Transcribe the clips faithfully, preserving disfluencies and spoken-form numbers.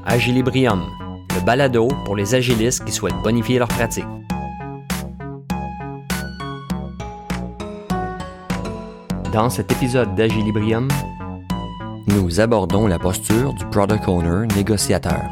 Agilibrium, le balado pour les agilistes qui souhaitent bonifier leur pratique. Dans cet épisode d'Agilibrium, nous abordons la posture du Product Owner négociateur.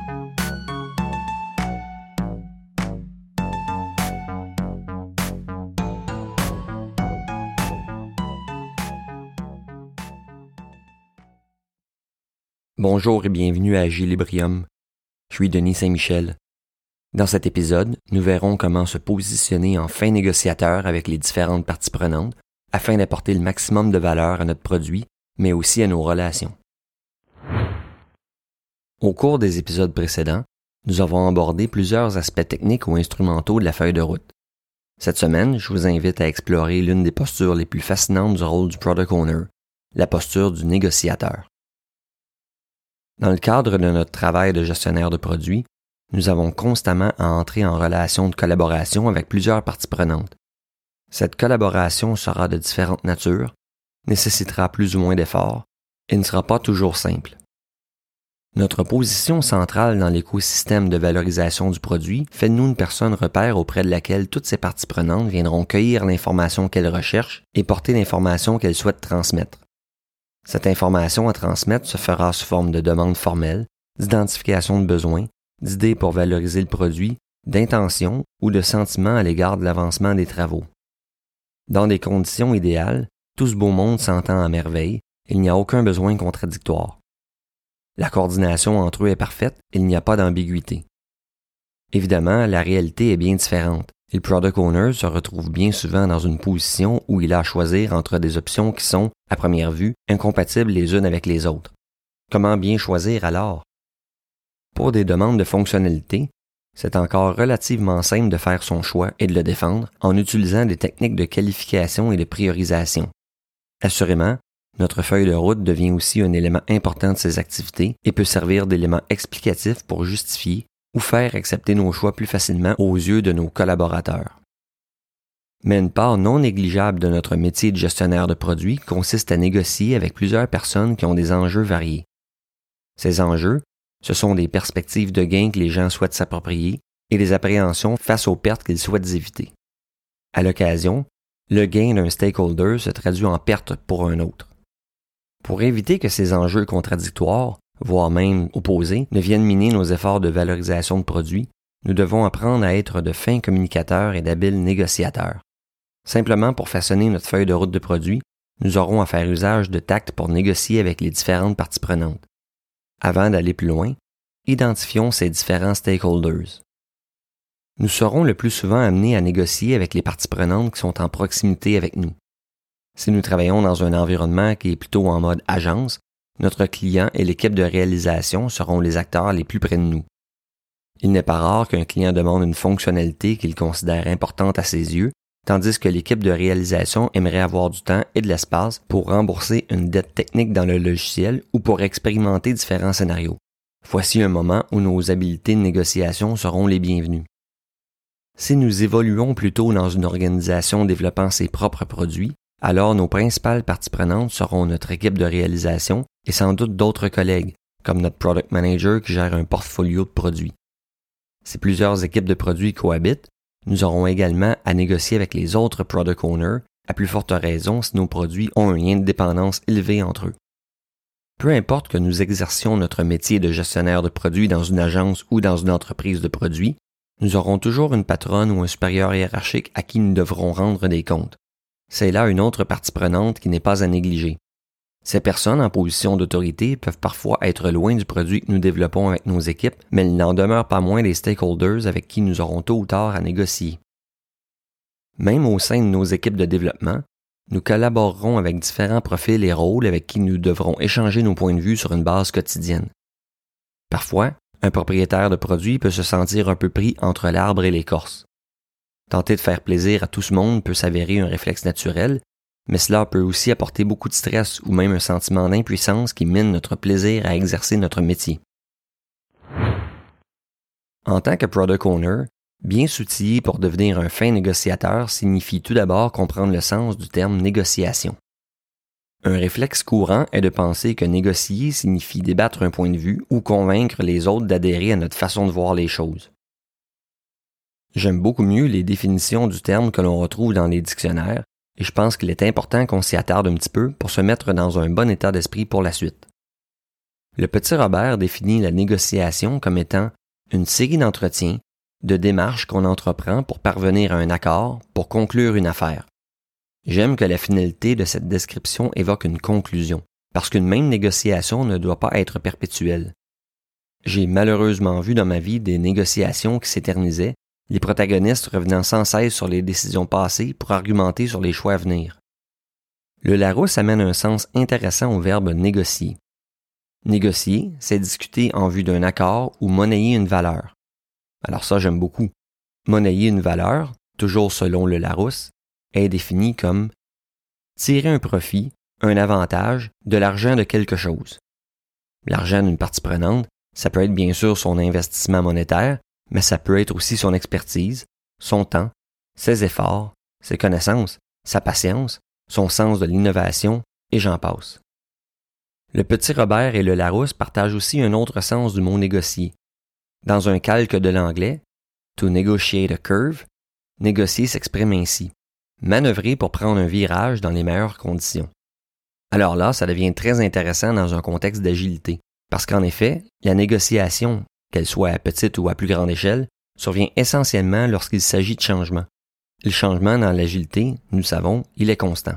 Bonjour et bienvenue à Agilibrium. Je suis Denis Saint-Michel. Dans cet épisode, nous verrons comment se positionner en fin négociateur avec les différentes parties prenantes afin d'apporter le maximum de valeur à notre produit, mais aussi à nos relations. Au cours des épisodes précédents, nous avons abordé plusieurs aspects techniques ou instrumentaux de la feuille de route. Cette semaine, je vous invite à explorer l'une des postures les plus fascinantes du rôle du Product Owner, la posture du négociateur. Dans le cadre de notre travail de gestionnaire de produits, nous avons constamment à entrer en relation de collaboration avec plusieurs parties prenantes. Cette collaboration sera de différentes natures, nécessitera plus ou moins d'efforts et ne sera pas toujours simple. Notre position centrale dans l'écosystème de valorisation du produit fait de nous une personne repère auprès de laquelle toutes ces parties prenantes viendront cueillir l'information qu'elles recherchent et porter l'information qu'elles souhaitent transmettre. Cette information à transmettre se fera sous forme de demandes formelles, d'identification de besoins, d'idées pour valoriser le produit, d'intentions ou de sentiments à l'égard de l'avancement des travaux. Dans des conditions idéales, tout ce beau monde s'entend à merveille et il n'y a aucun besoin contradictoire. La coordination entre eux est parfaite et il n'y a pas d'ambiguïté. Évidemment, la réalité est bien différente. Et le Product Owner se retrouve bien souvent dans une position où il a à choisir entre des options qui sont, à première vue, incompatibles les unes avec les autres. Comment bien choisir alors? Pour des demandes de fonctionnalité, c'est encore relativement simple de faire son choix et de le défendre en utilisant des techniques de qualification et de priorisation. Assurément, notre feuille de route devient aussi un élément important de ces activités et peut servir d'élément explicatif pour justifier ou faire accepter nos choix plus facilement aux yeux de nos collaborateurs. Mais une part non négligeable de notre métier de gestionnaire de produits consiste à négocier avec plusieurs personnes qui ont des enjeux variés. Ces enjeux, ce sont des perspectives de gains que les gens souhaitent s'approprier et des appréhensions face aux pertes qu'ils souhaitent éviter. À l'occasion, le gain d'un stakeholder se traduit en perte pour un autre. Pour éviter que ces enjeux contradictoires, voire même opposés, ne viennent miner nos efforts de valorisation de produits, nous devons apprendre à être de fins communicateurs et d'habiles négociateurs. Simplement pour façonner notre feuille de route de produits, nous aurons à faire usage de tact pour négocier avec les différentes parties prenantes. Avant d'aller plus loin, identifions ces différents stakeholders. Nous serons le plus souvent amenés à négocier avec les parties prenantes qui sont en proximité avec nous. Si nous travaillons dans un environnement qui est plutôt en mode agence, notre client et l'équipe de réalisation seront les acteurs les plus près de nous. Il n'est pas rare qu'un client demande une fonctionnalité qu'il considère importante à ses yeux, tandis que l'équipe de réalisation aimerait avoir du temps et de l'espace pour rembourser une dette technique dans le logiciel ou pour expérimenter différents scénarios. Voici un moment où nos habiletés de négociation seront les bienvenues. Si nous évoluons plutôt dans une organisation développant ses propres produits, alors nos principales parties prenantes seront notre équipe de réalisation et sans doute d'autres collègues, comme notre Product Manager qui gère un portfolio de produits. Si plusieurs équipes de produits cohabitent, nous aurons également à négocier avec les autres Product Owners, à plus forte raison si nos produits ont un lien de dépendance élevé entre eux. Peu importe que nous exercions notre métier de gestionnaire de produits dans une agence ou dans une entreprise de produits, nous aurons toujours une patronne ou un supérieur hiérarchique à qui nous devrons rendre des comptes. C'est là une autre partie prenante qui n'est pas à négliger. Ces personnes en position d'autorité peuvent parfois être loin du produit que nous développons avec nos équipes, mais il n'en demeure pas moins des stakeholders avec qui nous aurons tôt ou tard à négocier. Même au sein de nos équipes de développement, nous collaborerons avec différents profils et rôles avec qui nous devrons échanger nos points de vue sur une base quotidienne. Parfois, un propriétaire de produit peut se sentir un peu pris entre l'arbre et l'écorce. Tenter de faire plaisir à tout ce monde peut s'avérer un réflexe naturel, mais cela peut aussi apporter beaucoup de stress ou même un sentiment d'impuissance qui mine notre plaisir à exercer notre métier. En tant que Product Owner, bien s'outiller pour devenir un fin négociateur signifie tout d'abord comprendre le sens du terme négociation. Un réflexe courant est de penser que négocier signifie débattre un point de vue ou convaincre les autres d'adhérer à notre façon de voir les choses. J'aime beaucoup mieux les définitions du terme que l'on retrouve dans les dictionnaires et je pense qu'il est important qu'on s'y attarde un petit peu pour se mettre dans un bon état d'esprit pour la suite. Le petit Robert définit la négociation comme étant une série d'entretiens, de démarches qu'on entreprend pour parvenir à un accord, pour conclure une affaire. J'aime que la finalité de cette description évoque une conclusion, parce qu'une même négociation ne doit pas être perpétuelle. J'ai malheureusement vu dans ma vie des négociations qui s'éternisaient, les protagonistes revenant sans cesse sur les décisions passées pour argumenter sur les choix à venir. Le Larousse amène un sens intéressant au verbe négocier. Négocier, c'est discuter en vue d'un accord ou monnayer une valeur. Alors ça, j'aime beaucoup. Monnayer une valeur, toujours selon le Larousse, est défini comme tirer un profit, un avantage, de l'argent de quelque chose. L'argent d'une partie prenante, ça peut être bien sûr son investissement monétaire, mais ça peut être aussi son expertise, son temps, ses efforts, ses connaissances, sa patience, son sens de l'innovation, et j'en passe. Le petit Robert et le Larousse partagent aussi un autre sens du mot négocier. Dans un calque de l'anglais, to negotiate a curve, négocier s'exprime ainsi. Manœuvrer pour prendre un virage dans les meilleures conditions. Alors là, ça devient très intéressant dans un contexte d'agilité, parce qu'en effet, la négociation, qu'elle soit à petite ou à plus grande échelle, survient essentiellement lorsqu'il s'agit de changement. Le changement dans l'agilité, nous le savons, il est constant.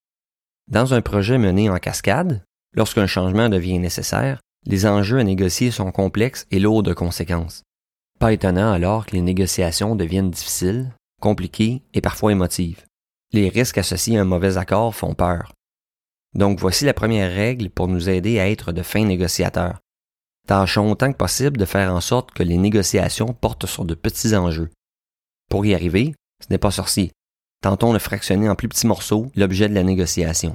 Dans un projet mené en cascade, lorsqu'un changement devient nécessaire, les enjeux à négocier sont complexes et lourds de conséquences. Pas étonnant alors que les négociations deviennent difficiles, compliquées et parfois émotives. Les risques associés à un mauvais accord font peur. Donc voici la première règle pour nous aider à être de fins négociateurs. Tâchons autant que possible de faire en sorte que les négociations portent sur de petits enjeux. Pour y arriver, ce n'est pas sorcier. Tentons de fractionner en plus petits morceaux l'objet de la négociation.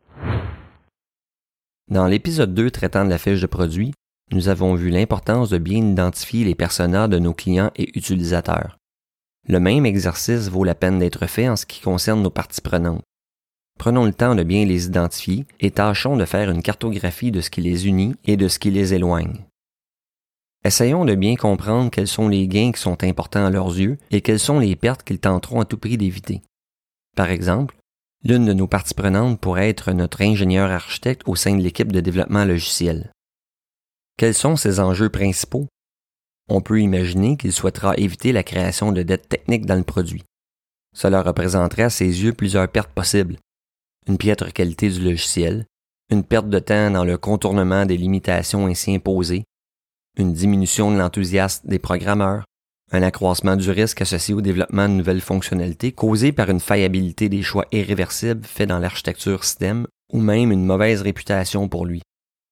Dans l'épisode deux traitant de la fiche de produit, nous avons vu l'importance de bien identifier les personas de nos clients et utilisateurs. Le même exercice vaut la peine d'être fait en ce qui concerne nos parties prenantes. Prenons le temps de bien les identifier et tâchons de faire une cartographie de ce qui les unit et de ce qui les éloigne. Essayons de bien comprendre quels sont les gains qui sont importants à leurs yeux et quelles sont les pertes qu'ils tenteront à tout prix d'éviter. Par exemple, l'une de nos parties prenantes pourrait être notre ingénieur architecte au sein de l'équipe de développement logiciel. Quels sont ses enjeux principaux? On peut imaginer qu'il souhaitera éviter la création de dettes techniques dans le produit. Cela représenterait à ses yeux plusieurs pertes possibles. Une piètre qualité du logiciel, une perte de temps dans le contournement des limitations ainsi imposées, une diminution de l'enthousiasme des programmeurs, un accroissement du risque associé au développement de nouvelles fonctionnalités causé par une faillibilité des choix irréversibles faits dans l'architecture système ou même une mauvaise réputation pour lui.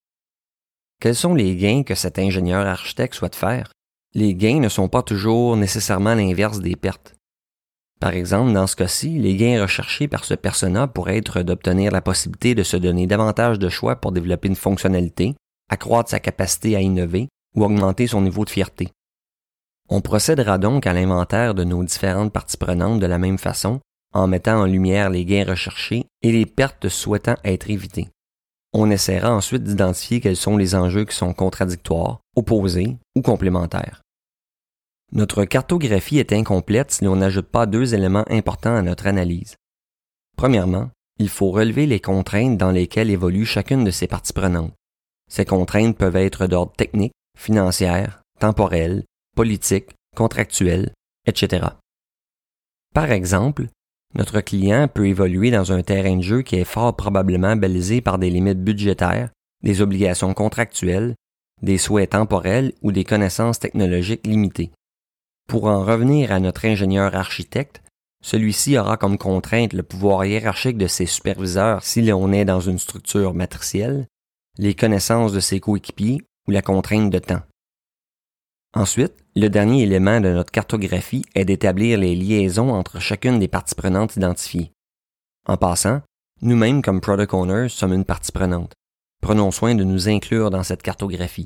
Quels sont les gains que cet ingénieur architecte souhaite faire? Les gains ne sont pas toujours nécessairement l'inverse des pertes. Par exemple, dans ce cas-ci, les gains recherchés par ce persona pourraient être d'obtenir la possibilité de se donner davantage de choix pour développer une fonctionnalité, accroître sa capacité à innover ou augmenter son niveau de fierté. On procédera donc à l'inventaire de nos différentes parties prenantes de la même façon, en mettant en lumière les gains recherchés et les pertes souhaitant être évitées. On essaiera ensuite d'identifier quels sont les enjeux qui sont contradictoires, opposés ou complémentaires. Notre cartographie est incomplète si l'on n'ajoute pas deux éléments importants à notre analyse. Premièrement, il faut relever les contraintes dans lesquelles évolue chacune de ces parties prenantes. Ces contraintes peuvent être d'ordre technique, financière, temporel, politique, contractuel, et cetera. Par exemple, notre client peut évoluer dans un terrain de jeu qui est fort probablement balisé par des limites budgétaires, des obligations contractuelles, des souhaits temporels ou des connaissances technologiques limitées. Pour en revenir à notre ingénieur architecte, celui-ci aura comme contrainte le pouvoir hiérarchique de ses superviseurs si l'on est dans une structure matricielle, les connaissances de ses coéquipiers ou la contrainte de temps. Ensuite, le dernier élément de notre cartographie est d'établir les liaisons entre chacune des parties prenantes identifiées. En passant, nous-mêmes comme Product Owners sommes une partie prenante. Prenons soin de nous inclure dans cette cartographie.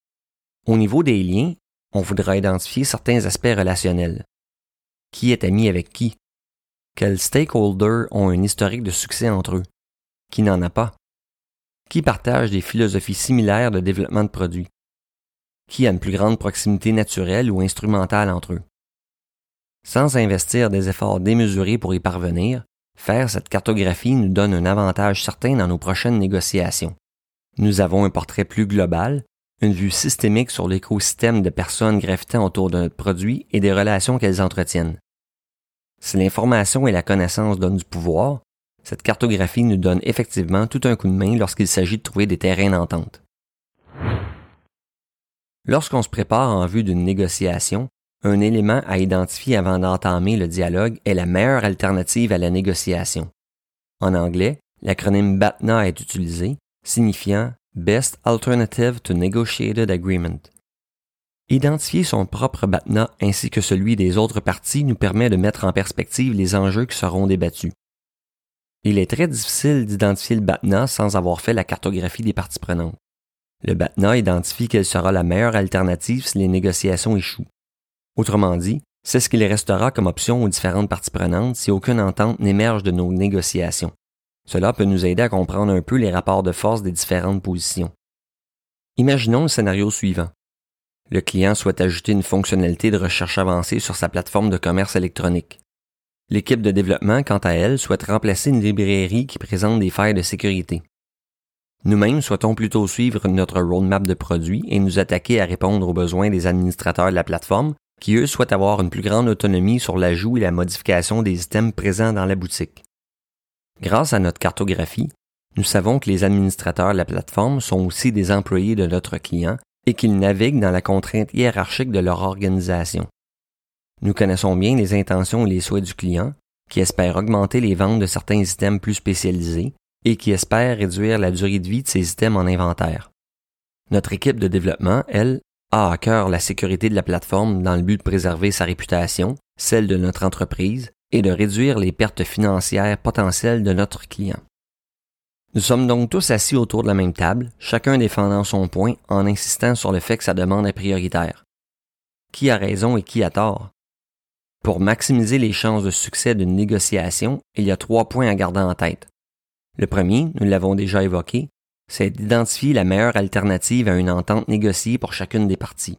Au niveau des liens, on voudra identifier certains aspects relationnels. Qui est ami avec qui? Quels stakeholders ont un historique de succès entre eux? Qui n'en a pas? Qui partage des philosophies similaires de développement de produits? Qui a une plus grande proximité naturelle ou instrumentale entre eux? Sans investir des efforts démesurés pour y parvenir, faire cette cartographie nous donne un avantage certain dans nos prochaines négociations. Nous avons un portrait plus global, une vue systémique sur l'écosystème de personnes gravitant autour de notre produit et des relations qu'elles entretiennent. Si l'information et la connaissance donnent du pouvoir, cette cartographie nous donne effectivement tout un coup de main lorsqu'il s'agit de trouver des terrains d'entente. Lorsqu'on se prépare en vue d'une négociation, un élément à identifier avant d'entamer le dialogue est la meilleure alternative à la négociation. En anglais, l'acronyme B A T N A est utilisé, signifiant Best Alternative to Negotiated Agreement. Identifier son propre B A T N A ainsi que celui des autres parties nous permet de mettre en perspective les enjeux qui seront débattus. Il est très difficile d'identifier le B A T N A sans avoir fait la cartographie des parties prenantes. Le B A T N A identifie quelle sera la meilleure alternative si les négociations échouent. Autrement dit, c'est ce qu'il restera comme option aux différentes parties prenantes si aucune entente n'émerge de nos négociations. Cela peut nous aider à comprendre un peu les rapports de force des différentes positions. Imaginons le scénario suivant. Le client souhaite ajouter une fonctionnalité de recherche avancée sur sa plateforme de commerce électronique. L'équipe de développement, quant à elle, souhaite remplacer une librairie qui présente des failles de sécurité. Nous-mêmes souhaitons plutôt suivre notre roadmap de produits et nous attaquer à répondre aux besoins des administrateurs de la plateforme qui, eux, souhaitent avoir une plus grande autonomie sur l'ajout et la modification des items présents dans la boutique. Grâce à notre cartographie, nous savons que les administrateurs de la plateforme sont aussi des employés de notre client et qu'ils naviguent dans la contrainte hiérarchique de leur organisation. Nous connaissons bien les intentions et les souhaits du client, qui espère augmenter les ventes de certains items plus spécialisés et qui espère réduire la durée de vie de ces items en inventaire. Notre équipe de développement, elle, a à cœur la sécurité de la plateforme dans le but de préserver sa réputation, celle de notre entreprise, et de réduire les pertes financières potentielles de notre client. Nous sommes donc tous assis autour de la même table, chacun défendant son point en insistant sur le fait que sa demande est prioritaire. Qui a raison et qui a tort? Pour maximiser les chances de succès d'une négociation, il y a trois points à garder en tête. Le premier, nous l'avons déjà évoqué, c'est d'identifier la meilleure alternative à une entente négociée pour chacune des parties.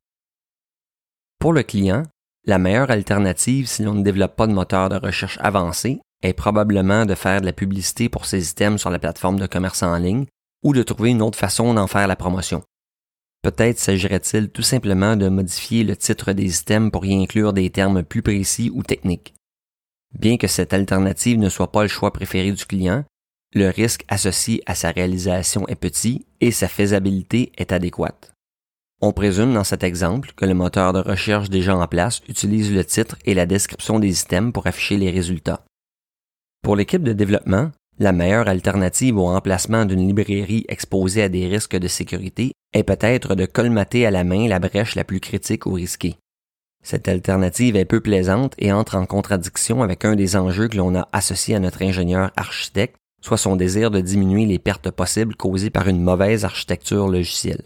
Pour le client, la meilleure alternative si l'on ne développe pas de moteur de recherche avancé est probablement de faire de la publicité pour ses items sur la plateforme de commerce en ligne ou de trouver une autre façon d'en faire la promotion. Peut-être s'agirait-il tout simplement de modifier le titre des items pour y inclure des termes plus précis ou techniques. Bien que cette alternative ne soit pas le choix préféré du client, le risque associé à sa réalisation est petit et sa faisabilité est adéquate. On présume dans cet exemple que le moteur de recherche déjà en place utilise le titre et la description des items pour afficher les résultats. Pour l'équipe de développement, la meilleure alternative au remplacement d'une librairie exposée à des risques de sécurité est peut-être de colmater à la main la brèche la plus critique ou risquée. Cette alternative est peu plaisante et entre en contradiction avec un des enjeux que l'on a associé à notre ingénieur architecte, soit son désir de diminuer les pertes possibles causées par une mauvaise architecture logicielle.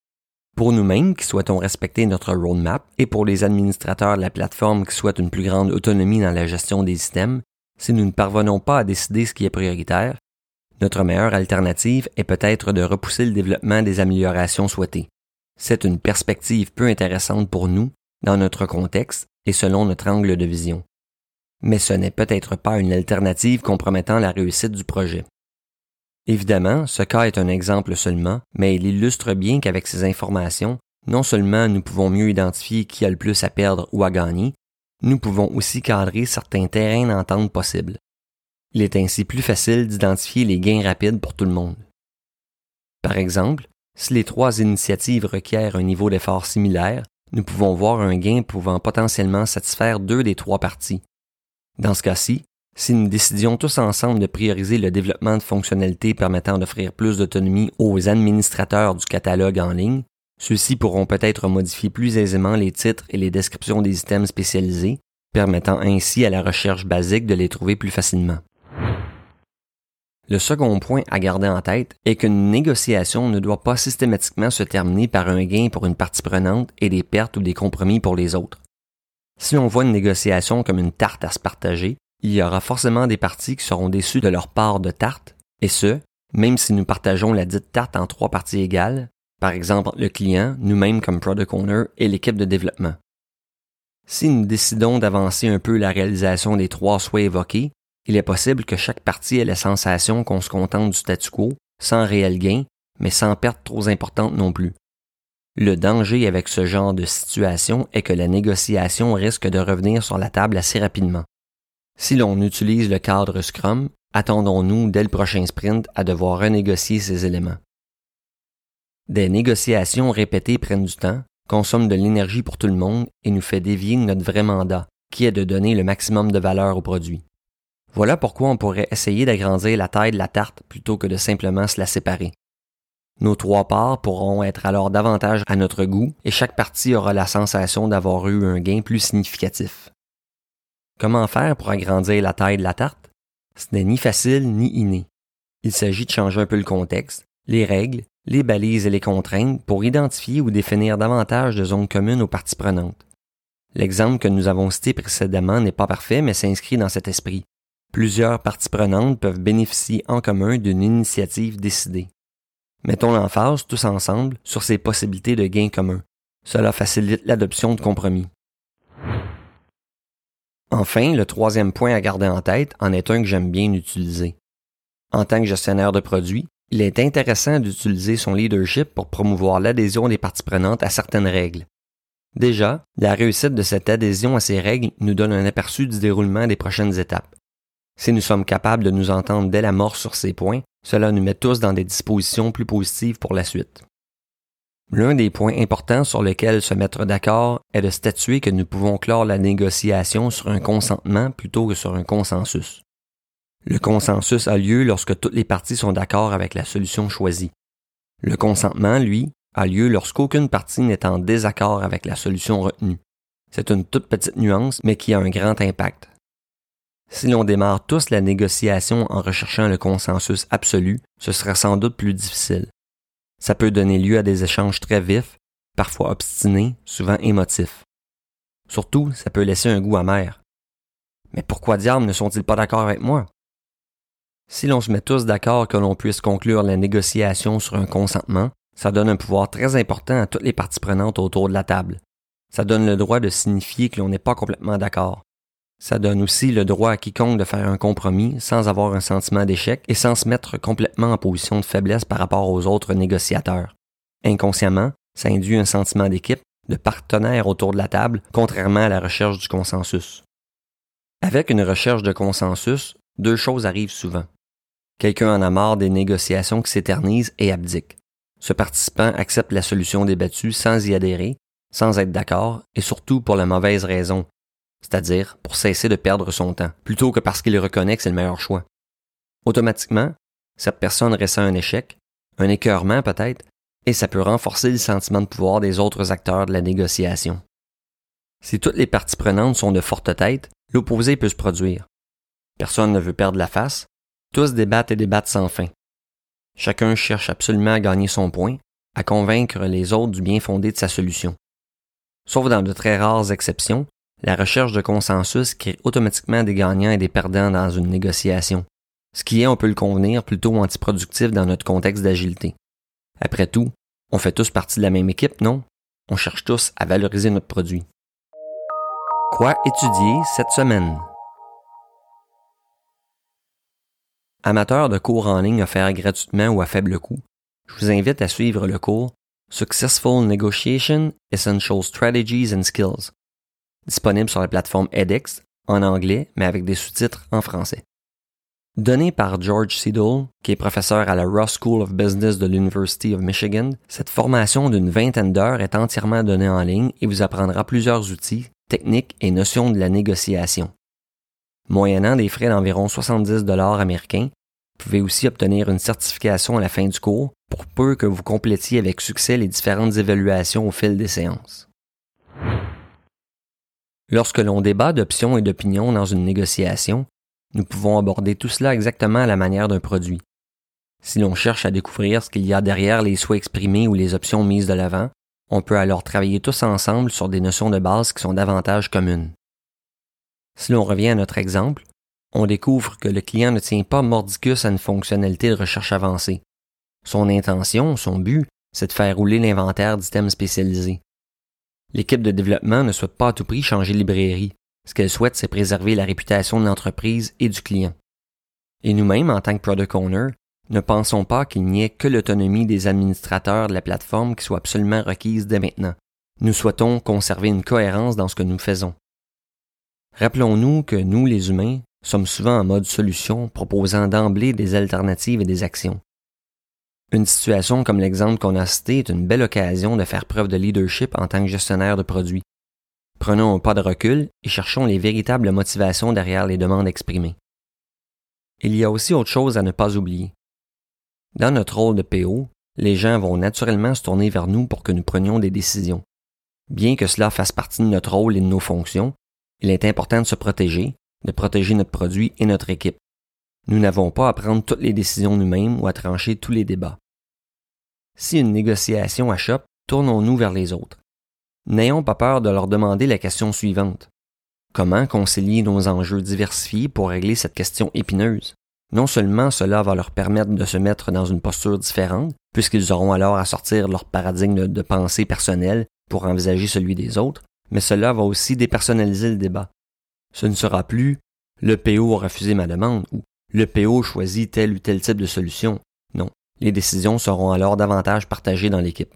Pour nous-mêmes qui souhaitons respecter notre roadmap et pour les administrateurs de la plateforme qui souhaitent une plus grande autonomie dans la gestion des items, si nous ne parvenons pas à décider ce qui est prioritaire, notre meilleure alternative est peut-être de repousser le développement des améliorations souhaitées. C'est une perspective peu intéressante pour nous, dans notre contexte et selon notre angle de vision. Mais ce n'est peut-être pas une alternative compromettant la réussite du projet. Évidemment, ce cas est un exemple seulement, mais il illustre bien qu'avec ces informations, non seulement nous pouvons mieux identifier qui a le plus à perdre ou à gagner, nous pouvons aussi cadrer certains terrains d'entente possibles. Il est ainsi plus facile d'identifier les gains rapides pour tout le monde. Par exemple, si les trois initiatives requièrent un niveau d'effort similaire, nous pouvons voir un gain pouvant potentiellement satisfaire deux des trois parties. Dans ce cas-ci, si nous décidions tous ensemble de prioriser le développement de fonctionnalités permettant d'offrir plus d'autonomie aux administrateurs du catalogue en ligne, ceux-ci pourront peut-être modifier plus aisément les titres et les descriptions des items spécialisés, permettant ainsi à la recherche basique de les trouver plus facilement. Le second point à garder en tête est qu'une négociation ne doit pas systématiquement se terminer par un gain pour une partie prenante et des pertes ou des compromis pour les autres. Si on voit une négociation comme une tarte à se partager, il y aura forcément des parties qui seront déçues de leur part de tarte, et ce, même si nous partageons la dite tarte en trois parties égales, par exemple le client, nous-mêmes comme Product Owner et l'équipe de développement. Si nous décidons d'avancer un peu la réalisation des trois souhaits évoqués, il est possible que chaque partie ait la sensation qu'on se contente du statu quo, sans réel gain, mais sans perte trop importante non plus. Le danger avec ce genre de situation est que la négociation risque de revenir sur la table assez rapidement. Si l'on utilise le cadre Scrum, attendons-nous dès le prochain sprint à devoir renégocier ces éléments. Des négociations répétées prennent du temps, consomment de l'énergie pour tout le monde et nous fait dévier de notre vrai mandat, qui est de donner le maximum de valeur au produit. Voilà pourquoi on pourrait essayer d'agrandir la taille de la tarte plutôt que de simplement se la séparer. Nos trois parts pourront être alors davantage à notre goût et chaque partie aura la sensation d'avoir eu un gain plus significatif. Comment faire pour agrandir la taille de la tarte? Ce n'est ni facile ni inné. Il s'agit de changer un peu le contexte, les règles, les balises et les contraintes pour identifier ou définir davantage de zones communes aux parties prenantes. L'exemple que nous avons cité précédemment n'est pas parfait mais s'inscrit dans cet esprit. Plusieurs parties prenantes peuvent bénéficier en commun d'une initiative décidée. Mettons l'emphase tous ensemble sur ces possibilités de gains communs. Cela facilite l'adoption de compromis. Enfin, le troisième point à garder en tête en est un que j'aime bien utiliser. En tant que gestionnaire de produits, il est intéressant d'utiliser son leadership pour promouvoir l'adhésion des parties prenantes à certaines règles. Déjà, la réussite de cette adhésion à ces règles nous donne un aperçu du déroulement des prochaines étapes. Si nous sommes capables de nous entendre dès l'amorce sur ces points, cela nous met tous dans des dispositions plus positives pour la suite. L'un des points importants sur lesquels se mettre d'accord est de statuer que nous pouvons clore la négociation sur un consentement plutôt que sur un consensus. Le consensus a lieu lorsque toutes les parties sont d'accord avec la solution choisie. Le consentement, lui, a lieu lorsqu'aucune partie n'est en désaccord avec la solution retenue. C'est une toute petite nuance, mais qui a un grand impact. Si l'on démarre tous la négociation en recherchant le consensus absolu, ce sera sans doute plus difficile. Ça peut donner lieu à des échanges très vifs, parfois obstinés, souvent émotifs. Surtout, ça peut laisser un goût amer. Mais pourquoi diable ne sont-ils pas d'accord avec moi? Si l'on se met tous d'accord que l'on puisse conclure la négociation sur un consentement, ça donne un pouvoir très important à toutes les parties prenantes autour de la table. Ça donne le droit de signifier que l'on n'est pas complètement d'accord. Ça donne aussi le droit à quiconque de faire un compromis sans avoir un sentiment d'échec et sans se mettre complètement en position de faiblesse par rapport aux autres négociateurs. Inconsciemment, ça induit un sentiment d'équipe, de partenaire autour de la table, contrairement à la recherche du consensus. Avec une recherche de consensus, deux choses arrivent souvent. Quelqu'un en a marre des négociations qui s'éternisent et abdique. Ce participant accepte la solution débattue sans y adhérer, sans être d'accord et surtout pour la mauvaise raison, c'est-à-dire pour cesser de perdre son temps, plutôt que parce qu'il reconnaît que c'est le meilleur choix. Automatiquement, cette personne ressent un échec, un écœurement peut-être, et ça peut renforcer le sentiment de pouvoir des autres acteurs de la négociation. Si toutes les parties prenantes sont de fortes têtes, l'opposé peut se produire. Personne ne veut perdre la face, tous débattent et débattent sans fin. Chacun cherche absolument à gagner son point, à convaincre les autres du bien fondé de sa solution. Sauf dans de très rares exceptions, la recherche de consensus crée automatiquement des gagnants et des perdants dans une négociation, ce qui est, on peut le convenir, plutôt antiproductif dans notre contexte d'agilité. Après tout, on fait tous partie de la même équipe, non? On cherche tous à valoriser notre produit. Quoi étudier cette semaine? Amateurs de cours en ligne offerts gratuitement ou à faible coût, je vous invite à suivre le cours Successful Negotiation, Essential Strategies and Skills, disponible sur la plateforme edX, en anglais, mais avec des sous-titres en français. Donné par George Siedel, qui est professeur à la Ross School of Business de l'University of Michigan, cette formation d'une vingtaine d'heures est entièrement donnée en ligne et vous apprendra plusieurs outils, techniques et notions de la négociation. Moyennant des frais d'environ soixante-dix dollars américains, vous pouvez aussi obtenir une certification à la fin du cours pour peu que vous complétiez avec succès les différentes évaluations au fil des séances. Lorsque l'on débat d'options et d'opinions dans une négociation, nous pouvons aborder tout cela exactement à la manière d'un produit. Si l'on cherche à découvrir ce qu'il y a derrière les souhaits exprimés ou les options mises de l'avant, on peut alors travailler tous ensemble sur des notions de base qui sont davantage communes. Si l'on revient à notre exemple, on découvre que le client ne tient pas mordicus à une fonctionnalité de recherche avancée. Son intention, son but, c'est de faire rouler l'inventaire d'items spécialisés. L'équipe de développement ne souhaite pas à tout prix changer de librairie. Ce qu'elle souhaite, c'est préserver la réputation de l'entreprise et du client. Et nous-mêmes, en tant que Product Owner, ne pensons pas qu'il n'y ait que l'autonomie des administrateurs de la plateforme qui soit absolument requise dès maintenant. Nous souhaitons conserver une cohérence dans ce que nous faisons. Rappelons-nous que nous, les humains, sommes souvent en mode solution, proposant d'emblée des alternatives et des actions. Une situation comme l'exemple qu'on a cité est une belle occasion de faire preuve de leadership en tant que gestionnaire de produits. Prenons un pas de recul et cherchons les véritables motivations derrière les demandes exprimées. Il y a aussi autre chose à ne pas oublier. Dans notre rôle de P O, les gens vont naturellement se tourner vers nous pour que nous prenions des décisions. Bien que cela fasse partie de notre rôle et de nos fonctions, il est important de se protéger, de protéger notre produit et notre équipe. Nous n'avons pas à prendre toutes les décisions nous-mêmes ou à trancher tous les débats. Si une négociation achoppe, tournons-nous vers les autres. N'ayons pas peur de leur demander la question suivante. Comment concilier nos enjeux diversifiés pour régler cette question épineuse? Non seulement cela va leur permettre de se mettre dans une posture différente, puisqu'ils auront alors à sortir de leur paradigme de pensée personnelle pour envisager celui des autres, mais cela va aussi dépersonnaliser le débat. Ce ne sera plus « le P O a refusé ma demande » ou « le P O choisit tel ou tel type de solution ». Non, les décisions seront alors davantage partagées dans l'équipe.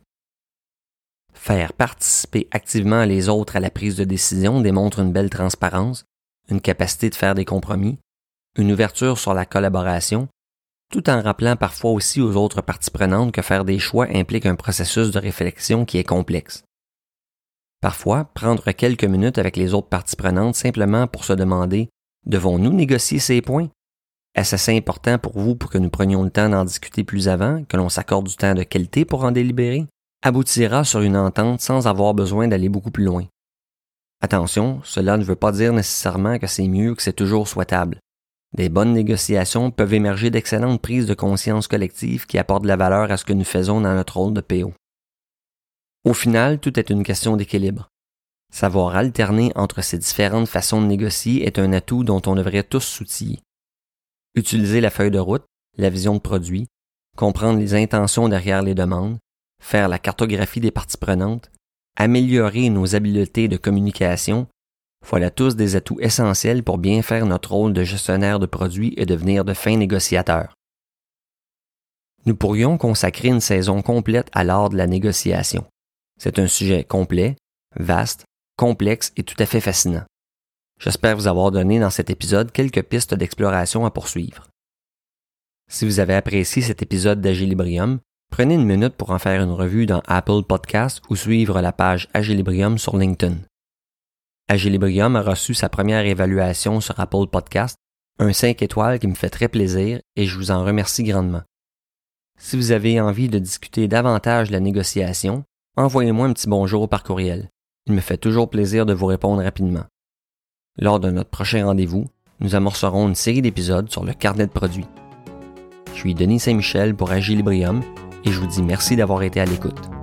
Faire participer activement les autres à la prise de décision démontre une belle transparence, une capacité de faire des compromis, une ouverture sur la collaboration, tout en rappelant parfois aussi aux autres parties prenantes que faire des choix implique un processus de réflexion qui est complexe. Parfois, prendre quelques minutes avec les autres parties prenantes simplement pour se demander « devons-nous négocier ces points? Est-ce assez important pour vous pour que nous prenions le temps d'en discuter plus avant, que l'on s'accorde du temps de qualité pour en délibérer? » aboutira sur une entente sans avoir besoin d'aller beaucoup plus loin. Attention, cela ne veut pas dire nécessairement que c'est mieux, que c'est toujours souhaitable. Des bonnes négociations peuvent émerger d'excellentes prises de conscience collectives qui apportent de la valeur à ce que nous faisons dans notre rôle de P O. Au final, tout est une question d'équilibre. Savoir alterner entre ces différentes façons de négocier est un atout dont on devrait tous s'outiller. Utiliser la feuille de route, la vision de produit, comprendre les intentions derrière les demandes, faire la cartographie des parties prenantes, améliorer nos habiletés de communication, voilà tous des atouts essentiels pour bien faire notre rôle de gestionnaire de produits et devenir de fins négociateurs. Nous pourrions consacrer une saison complète à l'art de la négociation. C'est un sujet complet, vaste, complexe et tout à fait fascinant. J'espère vous avoir donné dans cet épisode quelques pistes d'exploration à poursuivre. Si vous avez apprécié cet épisode d'Agilibrium, prenez une minute pour en faire une revue dans Apple Podcasts ou suivre la page Agilibrium sur LinkedIn. Agilibrium a reçu sa première évaluation sur Apple Podcasts, un cinq étoiles qui me fait très plaisir et je vous en remercie grandement. Si vous avez envie de discuter davantage de la négociation, envoyez-moi un petit bonjour par courriel. Il me fait toujours plaisir de vous répondre rapidement. Lors de notre prochain rendez-vous, nous amorcerons une série d'épisodes sur le carnet de produits. Je suis Denis Saint-Michel pour Agilibrium et je vous dis merci d'avoir été à l'écoute.